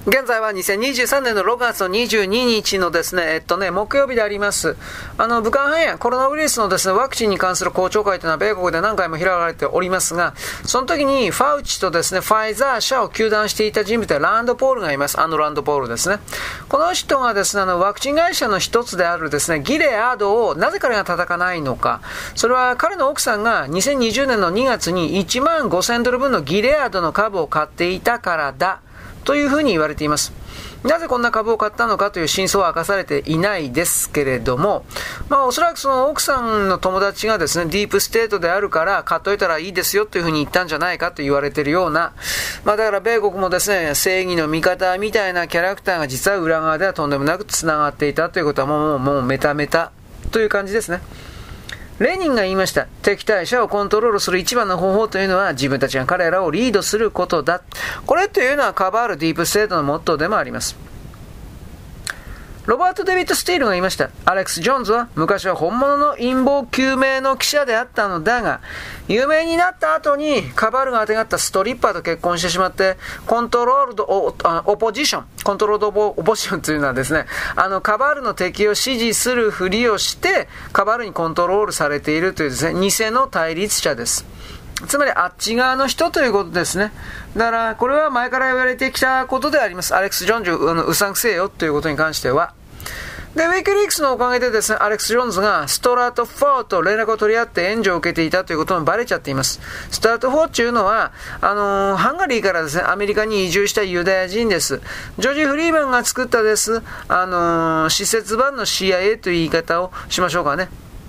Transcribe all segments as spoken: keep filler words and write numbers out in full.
現在はにせんにじゅうさんねんのろくがつのにじゅうににちのですね、えっとね、木曜日であります。あの、武漢肺炎、コロナウイルスのですね、ワクチンに関する公聴会というのは米国で何回も開かれておりますが、その時にファウチとですね、ファイザー社を糾弾していた人物でランドポールがいます。あのランドポールですね。この人がですね、あの、ワクチン会社の一つであるですね、ギレアードをなぜ彼が叩かないのか。それは彼の奥さんがにせんにじゅうねんのにがつにいちまんごせんドル分のギレアードの株を買っていたからだ。というふうに言われています。なぜこんな株を買ったのかという真相は明かされていないですけれども、まあおそらくその奥さんの友達がですね、ディープステートであるから買っといたらいいですよというふうに言ったんじゃないかと言われているような、まあだから米国もですね、正義の味方みたいなキャラクターが実は裏側ではとんでもなく繋がっていたということはもう、もうメタメタという感じですね。レーニンが言いました。敵対者をコントロールする一番の方法というのは自分たちが彼らをリードすることだ。これというのはカバールディープステートのモットーでもあります。ロバート・デビッド・スティールが言いました。アレックス・ジョーンズは昔は本物の陰謀究明の記者であったのだが、有名になった後にカバールがあてがったストリッパーと結婚してしまって、コントロールド・オポジション、コントロールド・オポジションというのはですね、あのカバールの敵を支持するふりをして、カバールにコントロールされているというですね、偽の対立者です。つまりあっち側の人ということですね。だからこれは前から言われてきたことであります。アレックス・ジョーンズあのうさんくせえよということに関しては。で、ウィキリークスのおかげでですね、アレックス・ジョーンズがストラトフォーと連絡を取り合って援助を受けていたということもバレちゃっています。ストラトフォーというのは、あのー、ハンガリーからですね、アメリカに移住したユダヤ人です。ジョージ・フリーマンが作ったです、あのー、施設版の シーアイエー という言い方をしましょうかね。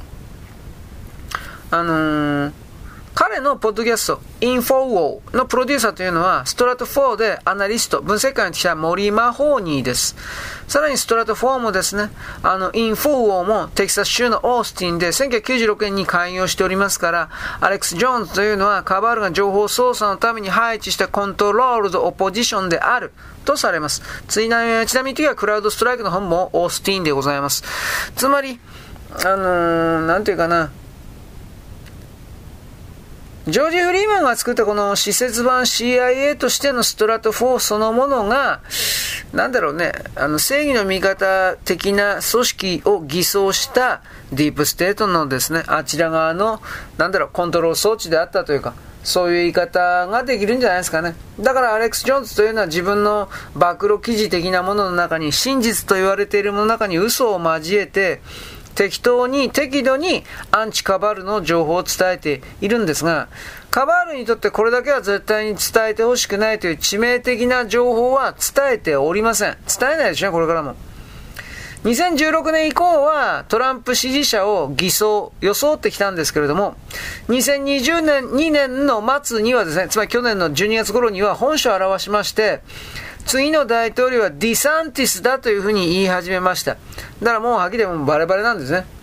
あのー、彼のポッドキャスト、インフォウォーのプロデューサーというのは、ストラトフォーでアナリスト、分析官に来たモリー・マホーニーです。さらにストラトフォーもですね、あの、インフォウォーもテキサス州のオースティンでせんきゅうひゃくきゅうじゅうろくねんに開業しておりますから、アレックス・ジョーンズというのはカバールが情報操作のために配置したコントロールド・オポジションであるとされます。ちなみに、ちなみに、クラウドストライクの本もオースティンでございます。つまり、あのー、なんていうかな、ジョージ・フリーマンが作ったこの施設版 シーアイエー としてのストラトフォーそのものが、なんだろうね、あの正義の味方的な組織を偽装したディープステートのですね、あちら側の、なんだろう、コントロール装置であったというか、そういう言い方ができるんじゃないですかね。だからアレックス・ジョーンズというのは自分の暴露記事的なものの中に、真実と言われているものの中に嘘を交えて、適当に適度にアンチカバールの情報を伝えているんですが、カバールにとってこれだけは絶対に伝えてほしくないという致命的な情報は伝えておりません。伝えないでしょね、これからも。にせんじゅうろくねん以降はトランプ支持者を偽装、装ってきたんですけれども、にせんにじゅうねん、にねんの末にはですね、つまり去年のじゅうにがつ頃には本性を表しまして、次の大統領はディサンティスだというふうに言い始めました。だからもうはっきり言ってもバレバレなんですね。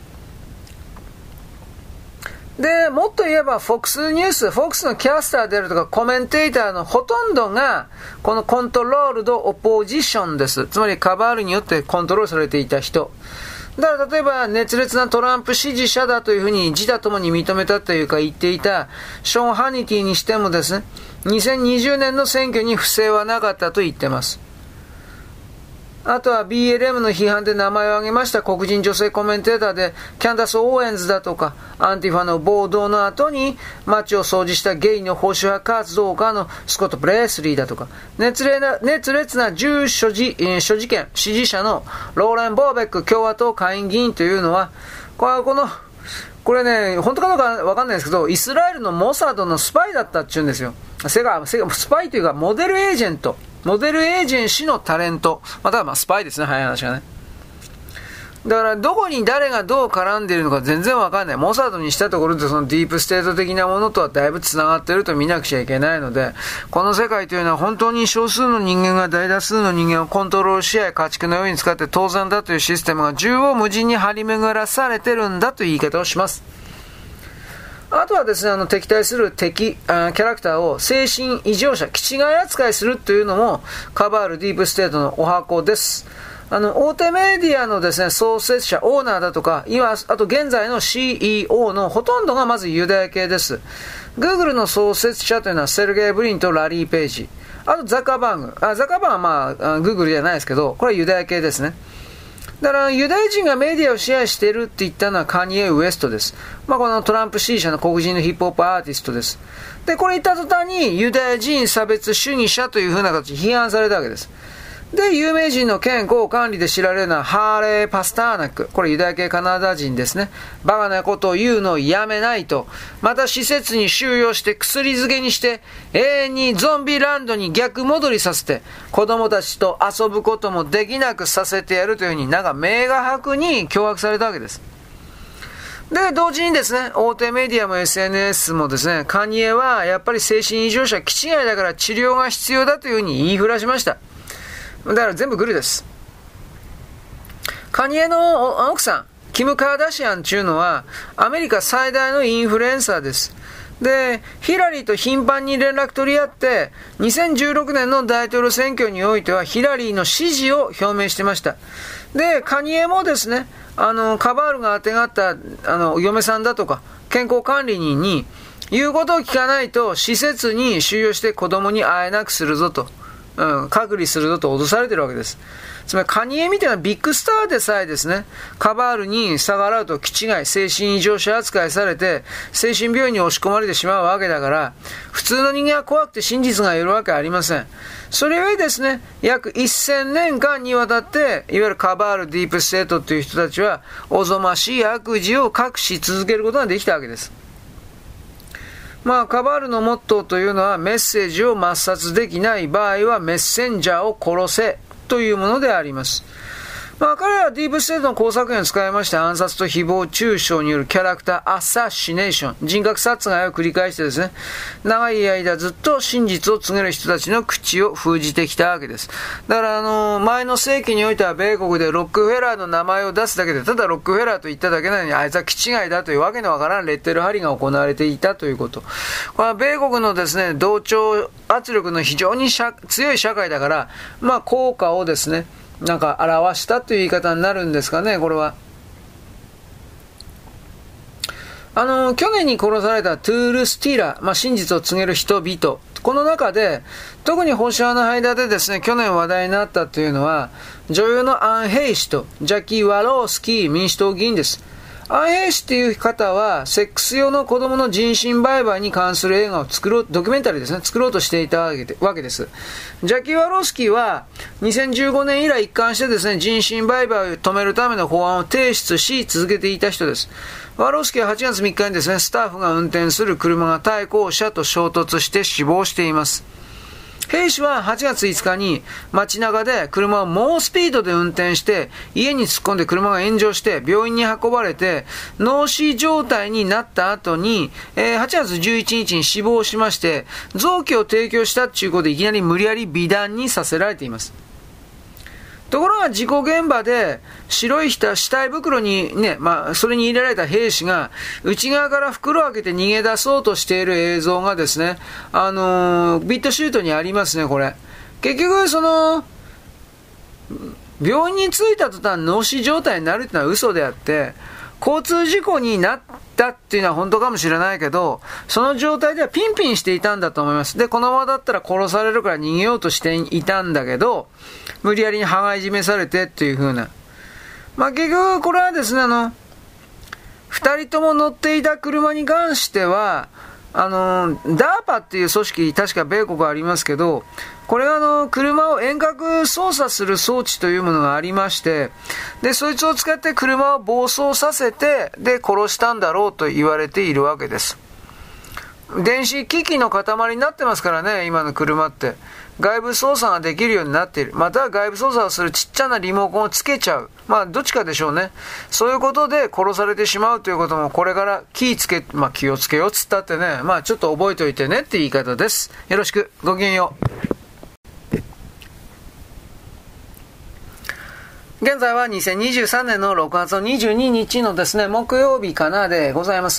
で、もっと言えば フォックス ニュース、フォックス のキャスターであるとかコメンテーターのほとんどがこのコントロールドオポジションです。つまりカバールによってコントロールされていた人。だから例えば熱烈なトランプ支持者だというふうに自他ともに認めたというか言っていたショーン・ハニティにしてもですね、にせんにじゅうねんの選挙に不正はなかったと言ってます。あとは ビーエルエム の批判で名前を挙げました黒人女性コメンテーターでキャンダス・オーエンズだとか、アンティファの暴動の後に街を掃除したゲイの保守派活動家のスコット・ブレスリーだとか、熱烈な、熱烈な銃所持、えー、所持権支持者のローレン・ボーベック共和党下院議員というのは、これはこのこれね、本当かどうかわかんないですけど、イスラエルのモサドのスパイだったって言うんですよ。セガ、セガ、スパイというか、モデルエージェント。モデルエージェンシーのタレント。またはまあスパイですね、早い話がね。だから、どこに誰がどう絡んでいるのか全然わかんない。モサドにしたところで、そのディープステート的なものとはだいぶ繋がっていると見なくちゃいけないので、この世界というのは本当に少数の人間が大多数の人間をコントロールし合い、家畜のように使って当然だというシステムが縦横無尽に張り巡らされてるんだという言い方をします。あとはですね、あの敵対する敵あキャラクターを精神異常者、気違い扱いするというのもカバールディープステートのお箱です。 あの、大手メディアのですね、創設者、オーナーだとか、今、あと現在の シーイーオー のほとんどがまずユダヤ系です。Google の創設者というのはセルゲイ・ブリンとラリー・ペイジ。あとザッカーバーグ。あ、ザッカーバーグはまあ、Google じゃないですけど、これはユダヤ系ですね。だからユダヤ人がメディアを支配しているって言ったのはカニエ・ウエストです。まあ、このトランプ支持者の黒人のヒップホップアーティストです。で、これ言った途端にユダヤ人差別主義者という風な形で批判されたわけです。で、有名人の健康管理で知られるのはハーレー・パスターナック。これユダヤ系カナダ人ですね。バカなことを言うのをやめないと。また施設に収容して薬漬けにして永遠にゾンビランドに逆戻りさせて子供たちと遊ぶこともできなくさせてやるというふうになんか明画伯に脅迫されたわけです。で、同時にですね、大手メディアも エスエヌエス もですね、カニエはやっぱり精神異常者気違いだから治療が必要だというふうに言いふらしました。だから全部グルです。カニエの奥さん、キム・カーダシアンというのはアメリカ最大のインフルエンサーです。で、ヒラリーと頻繁に連絡取り合って、にせんじゅうろくねんの大統領選挙においてはヒラリーの支持を表明してました。で、カニエもですね、あの、カバールがあてがった、あの、嫁さんだとか、健康管理人に、言うことを聞かないと施設に収容して子供に会えなくするぞと。うん、隔離するぞと脅されているわけです。つまりカニエみたいなビッグスターでさえですね、カバールに逆らうと気違い、精神異常者扱いされて精神病院に押し込まれてしまうわけだから、普通の人間は怖くて真実が言えるわけありません。それゆえですね、約せんねんかんにわたっていわゆるカバールディープステートという人たちはおぞましい悪事を隠し続けることができたわけです。まあ、カバールのモットーというのはメッセージを抹殺できない場合はメッセンジャーを殺せというものであります。まあ、彼らはディープステートの工作員を使いまして暗殺と誹謗中傷によるキャラクターアサシネーション、人格殺害を繰り返してですね、長い間ずっと真実を告げる人たちの口を封じてきたわけです。だからあの前の世紀においては米国でロックフェラーの名前を出すだけでただロックフェラーと言っただけなのにあいつは気違いだというわけのわからんレッテル貼りが行われていたということ。これは米国のですね同調圧力の非常に強い社会だからまあ効果をですねなんか表したという言い方になるんですかね、これは。あの、去年に殺されたトゥール・スティーラー、まあ、真実を告げる人々。この中で、特に保守派の間でですね、去年話題になったというのは、女優のアン・ヘイ氏とジャッキー・ワロースキー民主党議員です。アン・ヘイ氏という方は、セックス用の子供の人身売買に関する映画を作ろう、ドキュメンタリーですね、作ろうとしていたわけで、わけです。ジャッキー・ワロースキーは、にせんじゅうごねん以来一貫してですね、人身売買を止めるための法案を提出し続けていた人です。ワロースキーははちがつみっかにですね、スタッフが運転する車が対向車と衝突して死亡しています。兵士ははちがついつかに街中で車を猛スピードで運転して家に突っ込んで車が炎上して病院に運ばれて脳死状態になった後に、えー、はちがつじゅういちにちに死亡しまして臓器を提供したっていうことでいきなり無理やり美談にさせられています。ところが事故現場で白い死体袋にね、まあそれに入れられた兵士が内側から袋を開けて逃げ出そうとしている映像がですね、あのー、ビットシュートにありますね、これ。結局その、病院に着いた途端脳死状態になるってのは嘘であって、交通事故になったっていうのは本当かもしれないけど、その状態ではピンピンしていたんだと思います。で、このままだったら殺されるから逃げようとしていたんだけど、無理やりに羽交い締めされてっていう風な。まあ、結局これはですね、あの、二人とも乗っていた車に関しては、あの、ダーパ っていう組織、確か米国ありますけど、これはあの、車を遠隔操作する装置というものがありまして、で、そいつを使って車を暴走させて、で、殺したんだろうと言われているわけです。電子機器の塊になってますからね、今の車って。外部操作ができるようになっている。または外部操作をするちっちゃなリモコンをつけちゃう。まあ、どっちかでしょうね。そういうことで殺されてしまうということも、これから気つけ、まあ、気をつけようっつったってね、まあ、ちょっと覚えておいてねって言い方です。よろしく。ごきげんよう。現在はにせんにじゅうさんねんのろくがつのにじゅうににちのですね、木曜日かなでございます。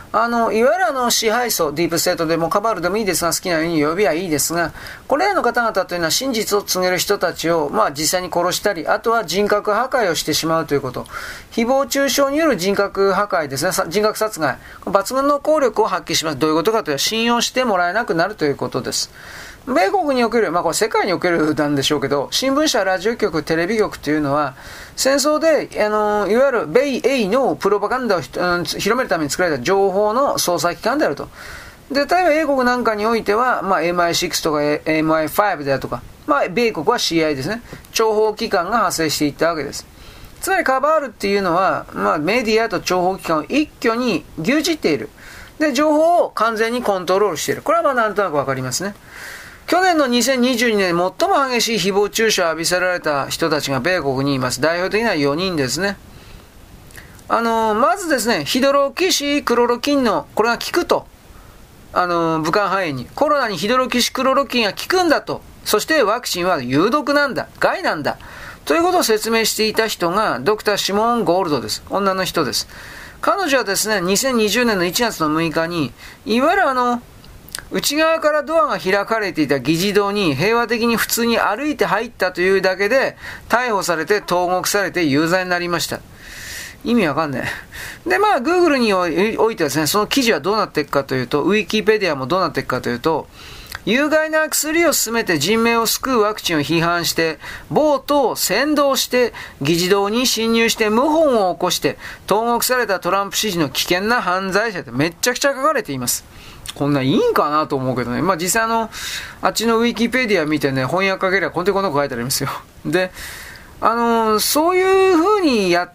あの、いわゆるあの支配層、ディープステートでもカバールでもいいですが、好きなように呼びはいいですが、これらの方々というのは真実を告げる人たちを、まあ実際に殺したり、あとは人格破壊をしてしまうということ。誹謗中傷による人格破壊ですね、人格殺害。抜群の効力を発揮します。どういうことかというと、信用してもらえなくなるということです。米国における、まあこれ世界におけるなんでしょうけど、新聞社、ラジオ局、テレビ局というのは、戦争で、あの、いわゆる米英のプロパガンダを、うん、広めるために作られた情報の捜査機関であると。で、例えば英国なんかにおいては、まあ エムアイシックス とか エムアイファイブ であるとか、まあ米国は シーアイ ですね。諜報機関が発生していったわけです。つまりカバールっていうのは、まあメディアと諜報機関を一挙に牛耳っている。で、情報を完全にコントロールしている。これはまあなんとなくわかりますね。去年のにせんにじゅうにねん、最も激しい誹謗中傷を浴びせられた人たちが米国にいます。代表的なよにんですね。あのー、まずですね、ヒドロキシクロロキンの、これが効くと。あのー、武漢肺炎に。コロナにヒドロキシクロロキンが効くんだと。そしてワクチンは有毒なんだ。害なんだ。ということを説明していた人が、ドクターシモン・ゴールドです。女の人です。彼女はですね、にせんにじゅうねんのいちがつのむいかに、いわゆるあの、内側からドアが開かれていた議事堂に平和的に普通に歩いて入ったというだけで逮捕されて投獄されて有罪になりました。意味わかんない。で、まあ、Google においてはですね、その記事はどうなっていくかというと、ウィキペディアもどうなっていくかというと、有害な薬を進めて人命を救うワクチンを批判して、暴徒を扇動して、議事堂に侵入して謀反を起こして、投獄されたトランプ支持の危険な犯罪者ってめっちゃくちゃ書かれています。こんないいんかなと思うけどね。まあ実際あの、あっちのウィキペディア見てね、翻訳かければこんでこんなこと書いてありますよ。で、あのー、そういう風にやって、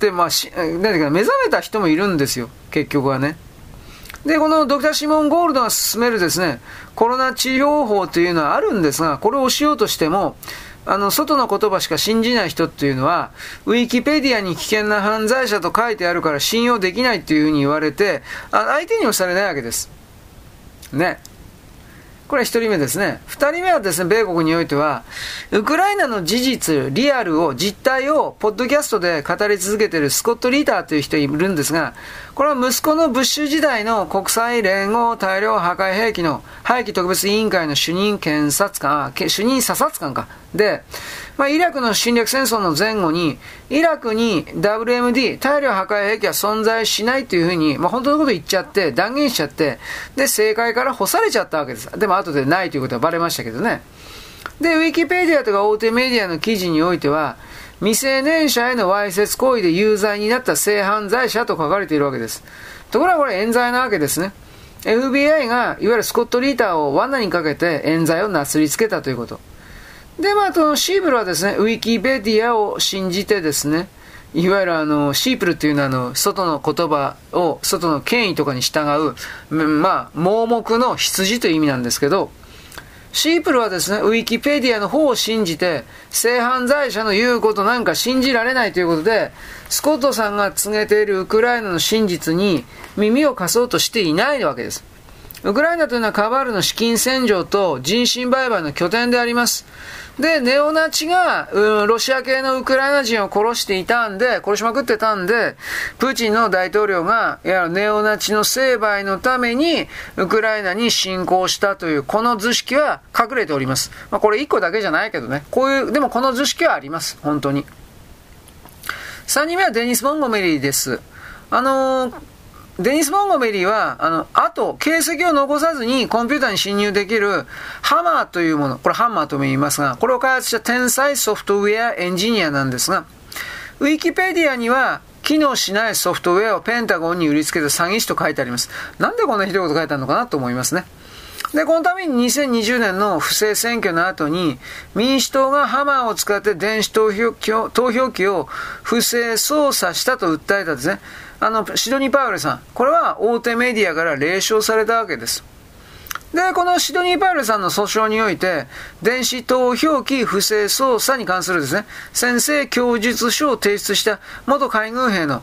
まあし、なんだか目覚めた人もいるんですよ。結局はね。で、このドクターシモン・ゴールドが進めるですね、コロナ治療法というのはあるんですが、これをしようとしても、あの、外の言葉しか信じない人っていうのは、ウィキペディアに危険な犯罪者と書いてあるから信用できないっていう風に言われて、あ相手にもされないわけです。ね。これは一人目ですね。二人目はですね、米国においては、ウクライナの事実、リアルを、実態を、ポッドキャストで語り続けているスコット・リーターという人いるんですが、これは息子のブッシュ時代の国際連合大量破壊兵器の廃棄特別委員会の主任検察官、あ主任査察官か。で、まあ、イラクの侵略戦争の前後に、イラクに ダブリューエムディー、大量破壊兵器は存在しないというふうに、まあ、本当のこと言っちゃって、断言しちゃって、で、政界から干されちゃったわけです。でも後でないということはバレましたけどね。で、ウィキペディアとか大手メディアの記事においては、未成年者へのわいせつ行為で有罪になった性犯罪者と書かれているわけです。ところがこれ冤罪なわけですね。エフビーアイ がいわゆるスコット・リーターを罠にかけて冤罪をなすりつけたということ。で、まあ、そのシープルはですね、ウィキペディアを信じてですね、いわゆるあの、シープルっていうのはあの、外の言葉を、外の権威とかに従う、まあ、盲目の羊という意味なんですけど、シープルはですね、ウィキペディアの方を信じて、性犯罪者の言うことなんか信じられないということで、スコットさんが告げているウクライナの真実に耳を貸そうとしていないわけです。ウクライナというのはカバールの資金洗浄と人身売買の拠点であります。で、ネオナチが、うん、ロシア系のウクライナ人を殺していたんで、殺しまくってたんで、プーチンの大統領が、いや、ネオナチの成敗のために、ウクライナに侵攻したという、この図式は隠れております。まあ、これ一個だけじゃないけどね。こういう、でもこの図式はあります。本当に。三人目はデニス・モンゴメリーです。あのー、デニス・モンゴメリーは、あの、あと、形跡を残さずにコンピューターに侵入できるハマーというもの、これハンマーとも言いますが、これを開発した天才ソフトウェアエンジニアなんですが、ウィキペディアには、機能しないソフトウェアをペンタゴンに売りつけた詐欺師と書いてあります。なんでこんなひどいこと書いてあるのかなと思いますね。で、このためににせんにじゅうねんの不正選挙の後に、民主党がハマーを使って電子投票機を、投票機を不正操作したと訴えたですね。あの、シドニー・パウエルさん。これは大手メディアから冷笑されたわけです。で、このシドニー・パウエルさんの訴訟において、電子投票機不正操作に関するですね、宣誓供述書を提出した元海軍兵の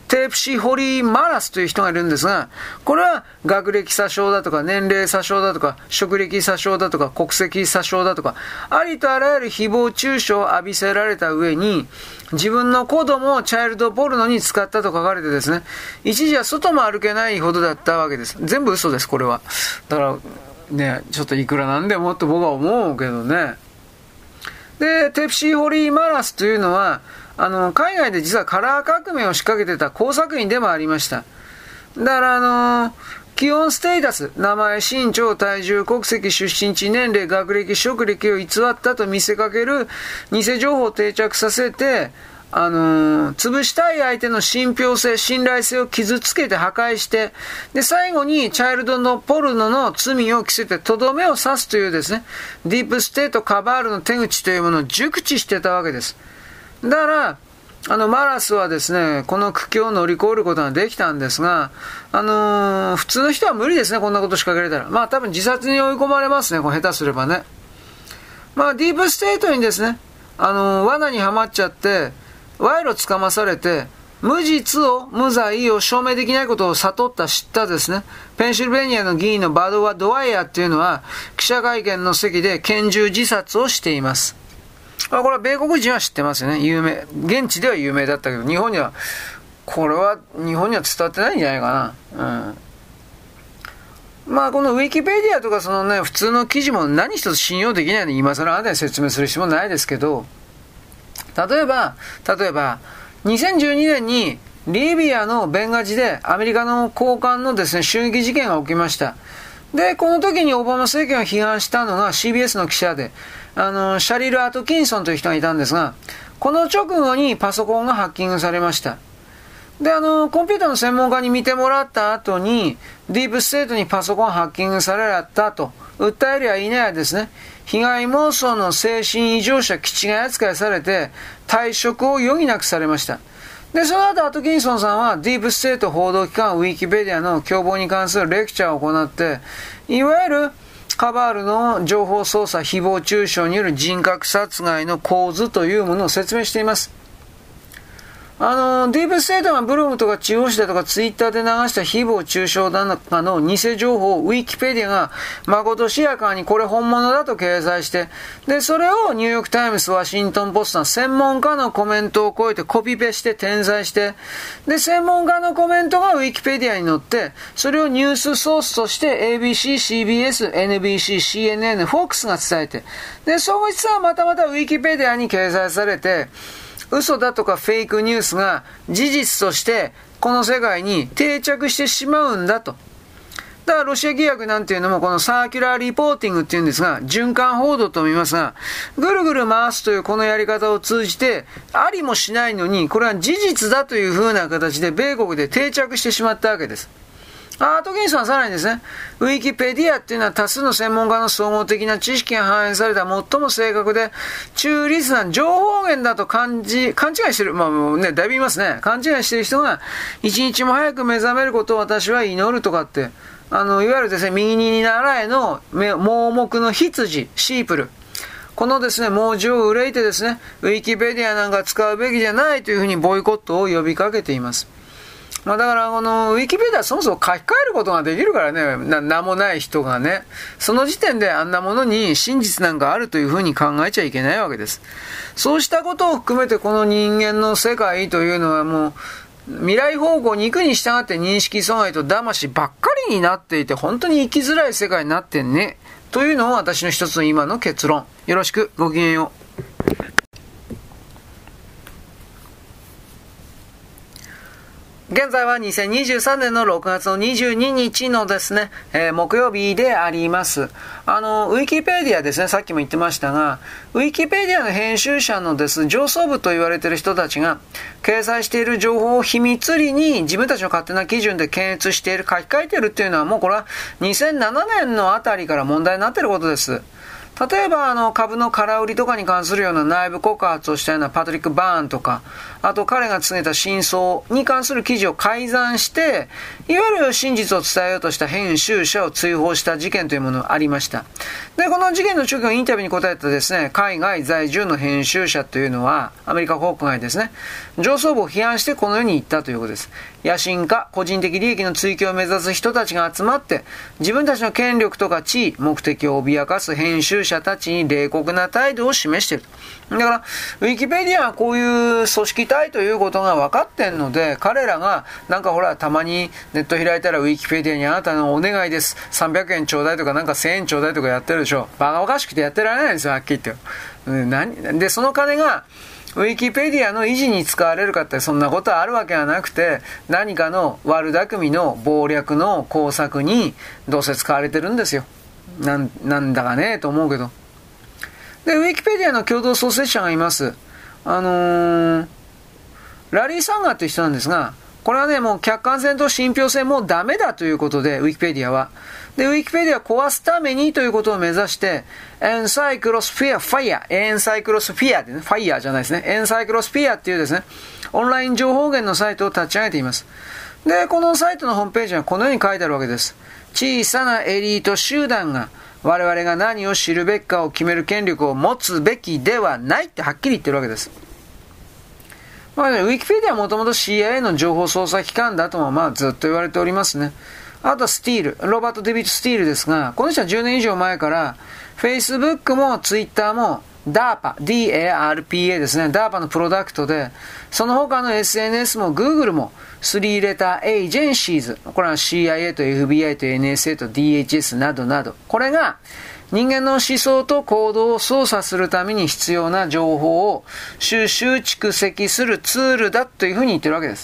テープシー・ホリー・マラスという人がいるんですが、これは学歴詐称だとか、年齢詐称だとか、職歴詐称だとか、国籍詐称だとか、ありとあらゆる誹謗中傷を浴びせられた上に、自分の子供をチャイルドポルノに使ったと書かれてですね、一時は外も歩けないほどだったわけです。全部嘘です、これは。だからね、ちょっといくらなんでもと僕は思うけどね。で、テープシー・ホリー・マラスというのは、あの、海外で実はカラー革命を仕掛けてた工作員でもありました。だからあの、基本ステータス、名前、身長、体重、国籍、出身地、年齢、学歴、職歴を偽ったと見せかける偽情報を定着させて、あのー、潰したい相手の信憑性、信頼性を傷つけて破壊して、で、最後にチャイルドのポルノの罪を着せてとどめを刺すというですね、ディープステートカバールの手口というものを熟知してたわけです。だから、あの、マラスはですね、この苦境を乗り越えることができたんですが、あのー、普通の人は無理ですね、こんなこと仕掛けられたら。まあ多分自殺に追い込まれますね、これ下手すればね。まあディープステートにですね、あのー、罠にはまっちゃって、賄賂つかまされて、無実を、無罪を証明できないことを悟った、知ったですね、ペンシルベニアの議員のバドワ・ドワイヤーっていうのは、記者会見の席で拳銃自殺をしています。これは米国人は知ってますよね。有名。現地では有名だったけど、日本には、これは日本には伝わってないんじゃないかな。うん。まあこのウィキペディアとかそのね、普通の記事も何一つ信用できないので、今更あなたに説明する必要もないですけど、例えば、例えば、にせんじゅうにねんにリビアのベンガジでアメリカの高官のですね、襲撃事件が起きました。で、この時にオバマ政権を批判したのが シービーエス の記者で、あの、シャリル・アトキンソンという人がいたんですが、この直後にパソコンがハッキングされました。で、あの、コンピューターの専門家に見てもらった後に、ディープステートにパソコンハッキングされたと、訴えりゃいないですね、被害妄想の精神異常者気違い扱いされて、退職を余儀なくされました。で、その後、アトキンソンさんは、ディープステート報道機関ウィキペディアの共謀に関するレクチャーを行って、いわゆる、カバールの情報操作、誹謗中傷による人格殺害の構図というものを説明しています。あの、ディープステートがブログとか中央紙だとかツイッターで流した誹謗中傷だとかの偽情報をウィキペディアがまことしやかにこれ本物だと掲載して、で、それをニューヨークタイムズ、ワシントンポストの専門家のコメントを超えてコピペして転載して、で、専門家のコメントがウィキペディアに載って、それをニュースソースとして エービーシー、シービーエス、エヌビーシー、シーエヌエヌ、フォックスが伝えて、で、そいつはまたまたウィキペディアに掲載されて、嘘だとかフェイクニュースが事実としてこの世界に定着してしまうんだと。だからロシア疑惑なんていうのもこのサーキュラーリポーティングっていうんですが、循環報道と見ますが、ぐるぐる回すというこのやり方を通じてありもしないのに、これは事実だという風な形で米国で定着してしまったわけです。アートキンソンはさらにですね、ウィキペディアっていうのは多数の専門家の総合的な知識が反映された最も正確で中立な情報源だと感じ、勘違いしてる、まあもうね、だいぶ言いますね。勘違いしてる人が一日も早く目覚めることを私は祈るとかって、あの、いわゆるですね、右に習えの盲目の羊、シープル。このですね、文字を憂いてですね、ウィキペディアなんか使うべきじゃないというふうにボイコットを呼びかけています。まあ、だからこのウィキペディアはそもそも書き換えることができるからね、な名もない人がね、その時点であんなものに真実なんかあるというふうに考えちゃいけないわけです。そうしたことを含めてこの人間の世界というのはもう未来方向に行くに従って認識阻害と騙しばっかりになっていて、本当に生きづらい世界になってんねというのを私の一つの今の結論。よろしく、ごきげんよう。現在はにせんにじゅうさんねんのろくがつのにじゅうににちのですね、えー、木曜日であります。あの、ウィキペディアですね、さっきも言ってましたが、ウィキペディアの編集者のです、上層部と言われている人たちが、掲載している情報を秘密裏に自分たちの勝手な基準で検閲している、書き換えているっていうのはもうこれはにせんななねんのあたりから問題になっていることです。 例えばあの株の空売りとかに関するような内部告発をしたようなパトリック・バーンとか、あと彼が告げた真相に関する記事を改ざんして、いわゆる真実を伝えようとした編集者を追放した事件というものがありました。で、この事件の直後インタビューに答えたですね、海外在住の編集者というのは、アメリカ国外ですね、上層部を批判してこのように言ったということです。野心家、個人的利益の追求を目指す人たちが集まって、自分たちの権力とか地位、目的を脅かす編集者たちに冷酷な態度を示していると。だから、ウィキペディアはこういう組織体ということが分かってんので、彼らが、なんかほら、たまにネット開いたらウィキペディアにあなたのお願いです。さんびゃくえんちょうだいとか、なんかせんえんちょうだいとかやってるでしょ。バカバカしくてやってられないですよ、はっきり言って。うん、何で、その金が、ウィキペディアの維持に使われるかってそんなことはあるわけはなくて、何かの悪巧みの謀略の工作にどうせ使われてるんですよ。なん、なんだかねと思うけど。で、ウィキペディアの共同創設者がいます。あのー、ラリー・サンガーという人なんですが、これはね、もう客観性と信憑性もうダメだということで、ウィキペディアは。で、ウィキペディアを壊すためにということを目指して、エンサイクロスフィア、ファイヤー、エンサイクロスフィアでね、ファイヤーじゃないですね、エンサイクロスフィアっていうですね、オンライン情報源のサイトを立ち上げています。で、このサイトのホームページにはこのように書いてあるわけです。小さなエリート集団が、我々が何を知るべきかを決める権力を持つべきではないってはっきり言ってるわけです。まあね、ウィキペディアはもともと シーアイエー の情報操作機関だともまあずっと言われておりますね。あとはスティール、ロバート・デビッド・スティールですが、この人はじゅうねん以上前から Facebook も Twitter も ダーパ、ディーエーアールピーエー ですね、ダーパ のプロダクトで、その他の エスエヌエス も Google もスリーレターエージェンシーズ、これは シーアイエー と エフビーアイ と エヌエスエー と ディーエイチエス などなど、これが人間の思想と行動を操作するために必要な情報を収集蓄積するツールだというふうに言ってるわけです。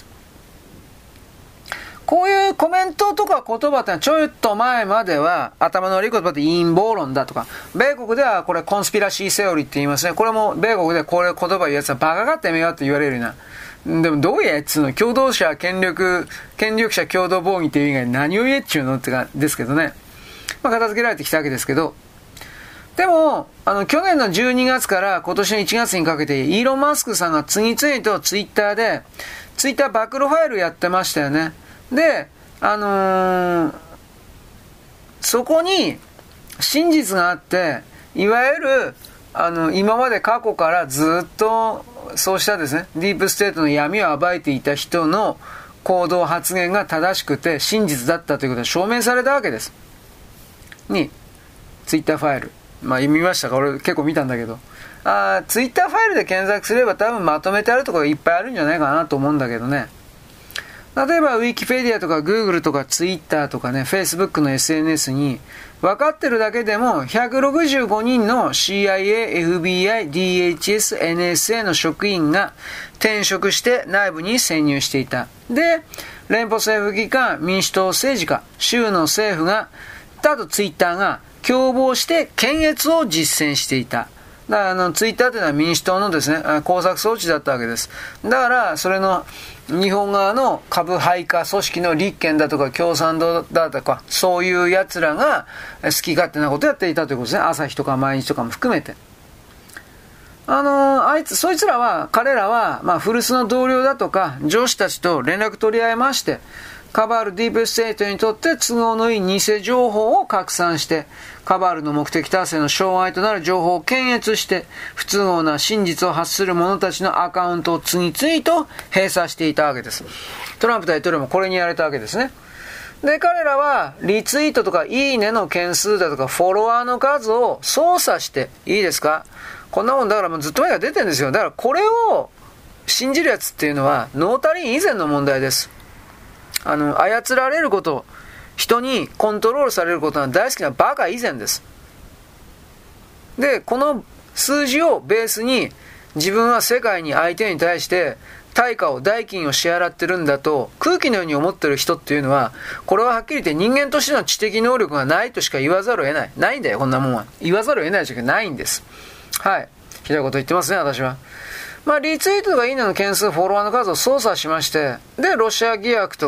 こういうコメントとか言葉ってのはちょっと前までは頭の悪い言葉って陰謀論だとか、米国ではこれコンスピラシーセオリーって言いますね。これも米国でこれ言葉言うやつはバカかってめよって言われるような。でもどういうやつの共同者権力権力者共同防御っていう以外に何を言えっちゅうのってかですけどね。まあ片付けられてきたわけですけど。でも、あの、去年のじゅうにがつから今年のいちがつにかけて、イーロン・マスクさんが次々とツイッターで、ツイッター暴露ファイルやってましたよね。で、あのー、そこに真実があって、いわゆる、あの、今まで過去からずっと、そうしたですね、ディープステートの闇を暴いていた人の行動発言が正しくて真実だったということが証明されたわけです。に、ツイッターファイル。まあ見ましたか？俺結構見たんだけど。あツイッターファイルで検索すれば多分まとめてあるところがいっぱいあるんじゃないかなと思うんだけどね。例えばウィキペディアとか Google とか Twitter とかね、Facebook の エスエヌエス に分かってるだけでもひゃくろくじゅうごにんの シーアイエー、エフビーアイ、ディーエイチエス、エヌエスエー の職員が転職して内部に潜入していた。で、連邦政府機関、民主党政治家、州の政府が、あと Twitter が共謀して検閲を実践していた。だからあのツイッターというのは民主党のですね工作装置だったわけです。だからそれの日本側の株配下組織の立憲だとか共産党だとかそういうやつらが好き勝手なことをやっていたということですね。朝日とか毎日とかも含めて。あのあいつそいつらは彼らはまあ古巣の同僚だとか上司たちと連絡取り合いまして。カバールディープステートにとって都合のいい偽情報を拡散して、カバールの目的達成の障害となる情報を検閲して、不都合な真実を発する者たちのアカウントを次々と閉鎖していたわけです。トランプ大統領もこれにやられたわけですね。で、彼らはリツイートとかいいねの件数だとかフォロワーの数を操作して、いいですか？こんなもんだからもうずっと前から出てるんですよ。だからこれを信じるやつっていうのはノータリン以前の問題です。あの操られること、人にコントロールされることが大好きなバカ以前です。で、この数字をベースに自分は世界に相手に対して対価を代金を支払ってるんだと空気のように思ってる人っていうのは、これははっきり言って人間としての知的能力がないとしか言わざるを得ない。ないんだよ、こんなもんは。言わざるを得ないしかないんです。はい。ひどいこと言ってますね、私は。まあ、リツイートとかいいねの件数、フォロワーの数を操作しまして、で、ロシア疑惑とか、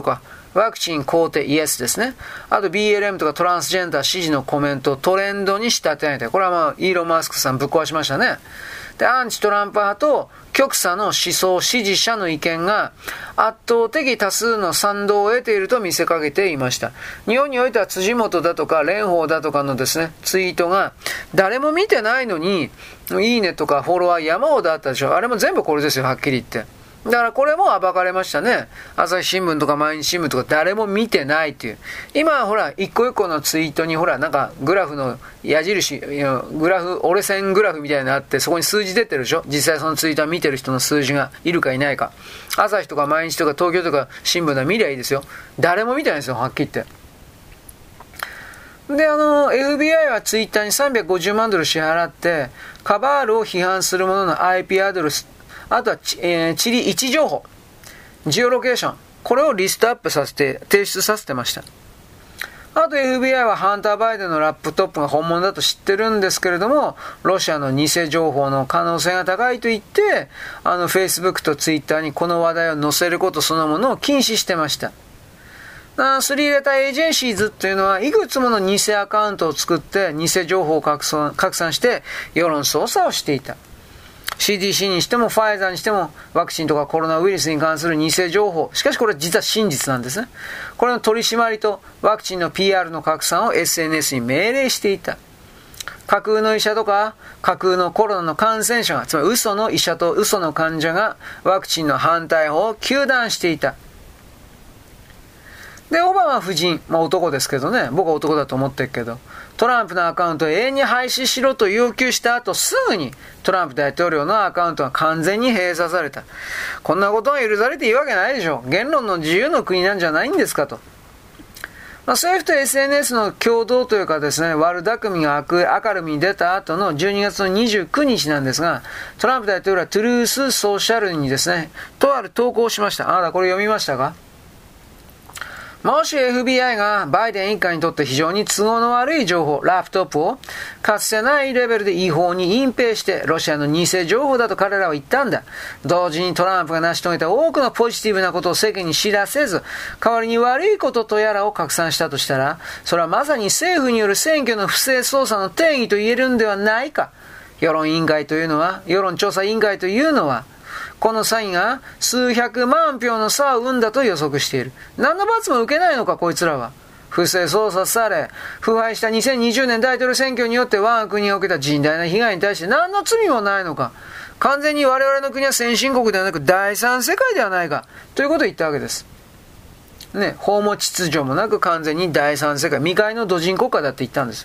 ワクチン肯定イエスですね。あと ビーエルエム とかトランスジェンダー支持のコメントをトレンドに仕立て上げて、これはまあイーロン・マスクさんぶっ壊しましたね。で、アンチトランプ派と極左の思想支持者の意見が圧倒的多数の賛同を得ていると見せかけていました。日本においては辻元だとか蓮舫だとかのですね、ツイートが誰も見てないのに、いいねとかフォロワー山ほどあったでしょ。あれも全部これですよ、はっきり言って。だからこれも暴かれましたね。朝日新聞とか毎日新聞とか誰も見てないっていう。今はほら、一個一個のツイートにほら、なんかグラフの矢印、グラフ、折れ線グラフみたいなのあって、そこに数字出てるでしょ。実際そのツイートは見てる人の数字がいるかいないか。朝日とか毎日とか東京とか新聞では見りゃいいですよ。誰も見てないですよ、はっきり言って。で、あの、エフビーアイ はツイッターにさんびゃくごじゅうまんドル支払って、カバールを批判する者の アイピー アドレス、あとは、えー、地理位置情報、ジオロケーション、これをリストアップさせて、提出させてました。あと エフビーアイ はハンター・バイデンのラップトップが本物だと知ってるんですけれども、ロシアの偽情報の可能性が高いと言って、あの、Facebook と Twitter にこの話題を載せることそのものを禁止してました。スリーレターエージェンシーズというのはいくつもの偽アカウントを作って偽情報を拡散、拡散して世論操作をしていた。シーディーシー にしてもファイザーにしてもワクチンとかコロナウイルスに関する偽情報。しかしこれは実は真実なんですね。これの取り締まりとワクチンの ピーアール の拡散を エスエヌエス に命令していた。架空の医者とか架空のコロナの感染者が、つまり嘘の医者と嘘の患者がワクチンの反対法を糾弾していた。で、オバマ夫人、まあ男ですけどね、僕は男だと思ってるけど、トランプのアカウントを永遠に廃止しろと要求した後、すぐにトランプ大統領のアカウントが完全に閉鎖された。こんなことが許されていいわけないでしょ。言論の自由の国なんじゃないんですかと。まあ、政府と エスエヌエス の共同というかですね、悪巧みが明るみに出た後のじゅうにがつのにじゅうくにちなんですが、トランプ大統領はトゥルースソーシャルにですね、とある投稿をしました。あなたこれ読みましたか？もし エフビーアイ がバイデン一家にとって非常に都合の悪い情報、ラップトップをかつてないレベルで違法に隠蔽してロシアの偽情報だと彼らは言ったんだ。同時にトランプが成し遂げた多くのポジティブなことを世間に知らせず、代わりに悪いこととやらを拡散したとしたら、それはまさに政府による選挙の不正操作の定義と言えるんではないか。世論委員会というのは、世論調査委員会というのは、この差異が数百万票の差を生んだと予測している。何の罰も受けないのか、こいつらは。不正操作され、腐敗したにせんにじゅうねん大統領選挙によって我が国に起きた甚大な被害に対して何の罪もないのか。完全に我々の国は先進国ではなく第三世界ではないか。ということを言ったわけです。ね、法も秩序もなく完全に第三世界、未開の土人国家だって言ったんです。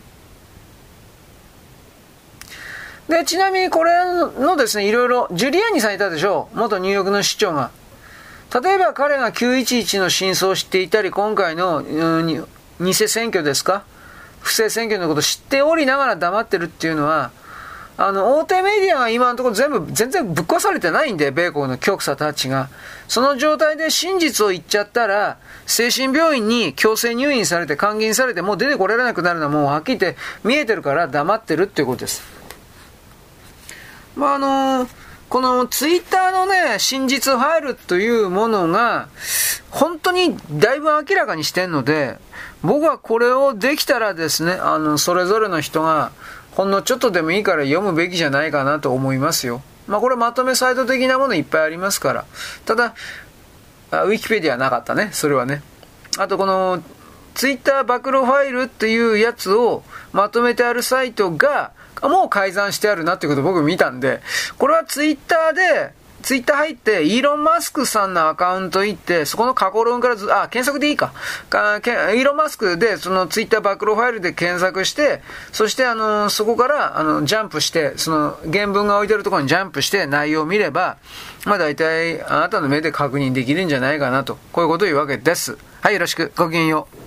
で、ちなみにこれのですね、いろいろ、ジュリアーニさんいたでしょう。元ニューヨークの市長が。例えば彼がきゅういちいちの真相を知っていたり、今回の、うん、偽選挙ですか、不正選挙のことを知っておりながら黙ってるっていうのは、あの、大手メディアが今のところ全部、全然ぶっ壊されてないんで、米国の極左たちが。その状態で真実を言っちゃったら、精神病院に強制入院されて監禁されて、もう出てこられなくなるのはもうはっきり言って見えてるから黙ってるっていうことです。まあ、あのー、このツイッターのね、真実ファイルというものが、本当にだいぶ明らかにしてるので、僕はこれをできたらですね、あの、それぞれの人が、ほんのちょっとでもいいから読むべきじゃないかなと思いますよ。まあ、これまとめサイト的なものいっぱいありますから。ただ、ウィキペディアなかったね、それはね。あとこの、ツイッター暴露ファイルっていうやつをまとめてあるサイトが、もう改ざんしてあるなってことを僕見たんで、これはツイッターで、ツイッター入って、イーロン・マスクさんのアカウント行って、そこの過去論からず、あ、検索でいいか。かけイーロン・マスクで、そのツイッター暴露ファイルで検索して、そしてあの、そこから、あの、ジャンプして、その、原文が置いてるところにジャンプして内容を見れば、まあ大体、あなたの目で確認できるんじゃないかなと、こういうことを言うわけです。はい、よろしく。ごきげんよう。